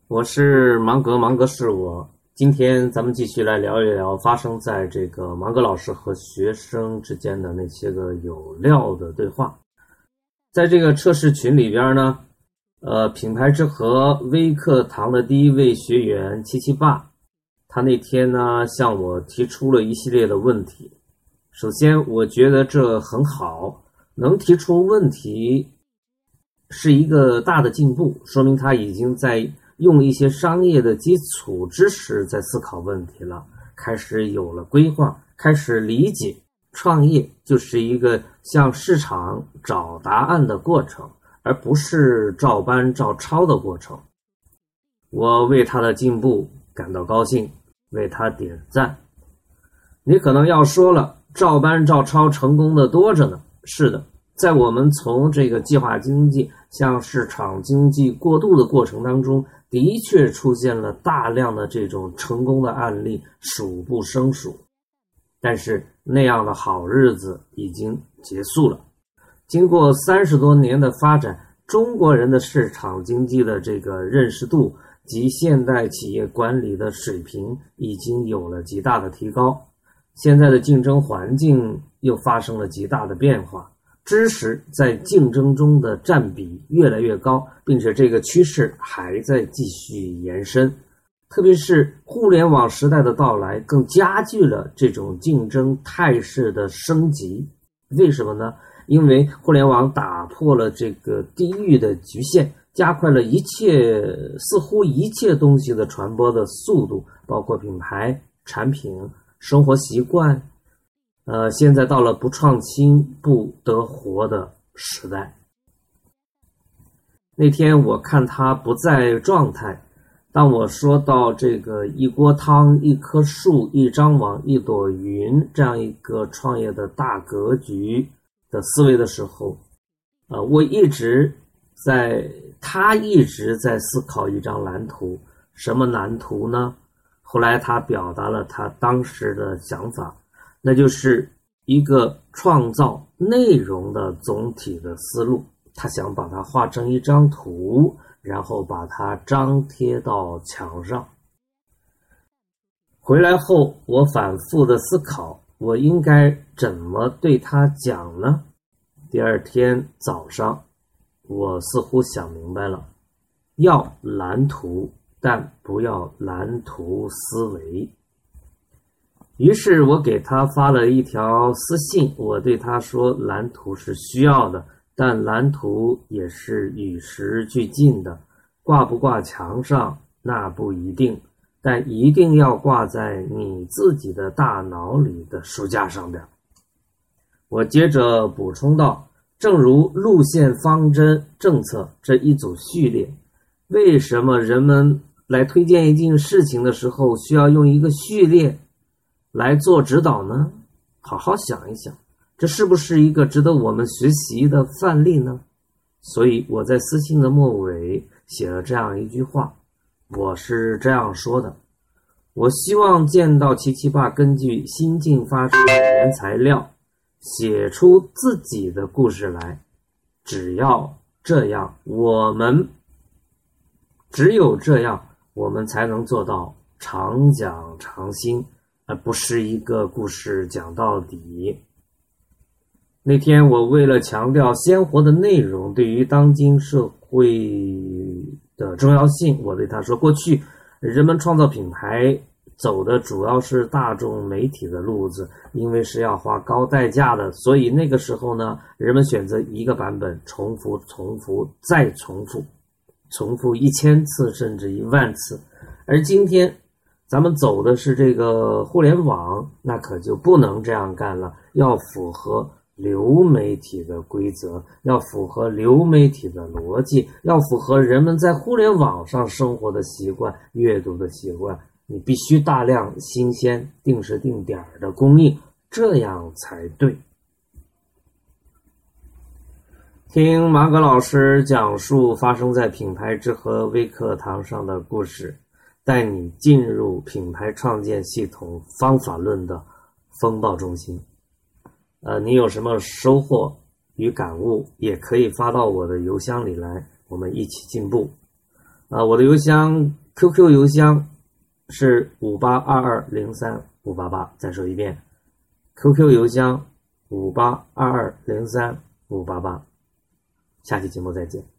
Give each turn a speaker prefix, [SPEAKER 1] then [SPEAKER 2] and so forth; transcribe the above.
[SPEAKER 1] 我是芒格，芒格是我。今天咱们继续来聊一聊发生在这个芒格老师和学生之间的那些个有料的对话。在这个测试群里边呢，品牌之河微课堂的第一位学员七七爸，他那天呢向我提出了一系列的问题。首先，我觉得这很好，能提出问题是一个大的进步，说明他已经在用一些商业的基础知识在思考问题了，开始有了规划，开始理解创业就是一个向市场找答案的过程，而不是照搬照抄的过程。我为他的进步感到高兴，为他点赞。你可能要说了，照搬照抄成功的多着呢。是的，在我们从这个计划经济向市场经济过渡的过程当中，的确出现了大量的这种成功的案例，数不胜数。但是那样的好日子已经结束了。经过30多年的发展，中国人的市场经济的这个认识度及现代企业管理的水平已经有了极大的提高。现在的竞争环境又发生了极大的变化，知识在竞争中的占比越来越高，并且这个趋势还在继续延伸。特别是互联网时代的到来，更加剧了这种竞争态势的升级。为什么呢？因为互联网打破了这个地域的局限，加快了似乎一切东西的传播的速度，包括品牌、产品、生活习惯。现在到了不创新不得活的时代。那天我看他不在状态，当我说到这个一锅汤、一棵树、一张网、一朵云这样一个创业的大格局的思维的时候，他一直在思考一张蓝图。什么蓝图呢？后来他表达了他当时的想法，那就是一个创造内容的总体的思路。他想把它画成一张图，然后把它张贴到墙上。回来后，我反复的思考，我应该怎么对他讲呢？第二天早上，我似乎想明白了，要蓝图，但不要蓝图思维。于是我给他发了一条私信，我对他说，蓝图是需要的，但蓝图也是与时俱进的，挂不挂墙上那不一定，但一定要挂在你自己的大脑里的书架上边。我接着补充道，正如路线方针政策这一组序列，为什么人们来推荐一件事情的时候需要用一个序列来做指导呢？好好想一想，这是不是一个值得我们学习的范例呢？所以我在私信的末尾写了这样一句话，我是这样说的：我希望见到七七爸根据新近发出的原材料写出自己的故事来，只有这样我们才能做到常讲常新，而不是一个故事讲到底。那天我为了强调鲜活的内容对于当今社会的重要性，我对他说，过去人们创造品牌走的主要是大众媒体的路子，因为是要花高代价的，所以那个时候呢，人们选择一个版本重复再重复1000次甚至10000次。而今天咱们走的是这个互联网，那可就不能这样干了，要符合流媒体的规则，要符合流媒体的逻辑，要符合人们在互联网上生活的习惯、阅读的习惯。你必须大量新鲜、定时定点的供应，这样才对。听马格老师讲述发生在品牌之河微课堂上的故事，带你进入品牌创建系统方法论的风暴中心。你有什么收获与感悟，也可以发到我的邮箱里来，我们一起进步。 我的邮箱 QQ 邮箱是5822035588，再说一遍 QQ 邮箱5822035588，下期节目再见。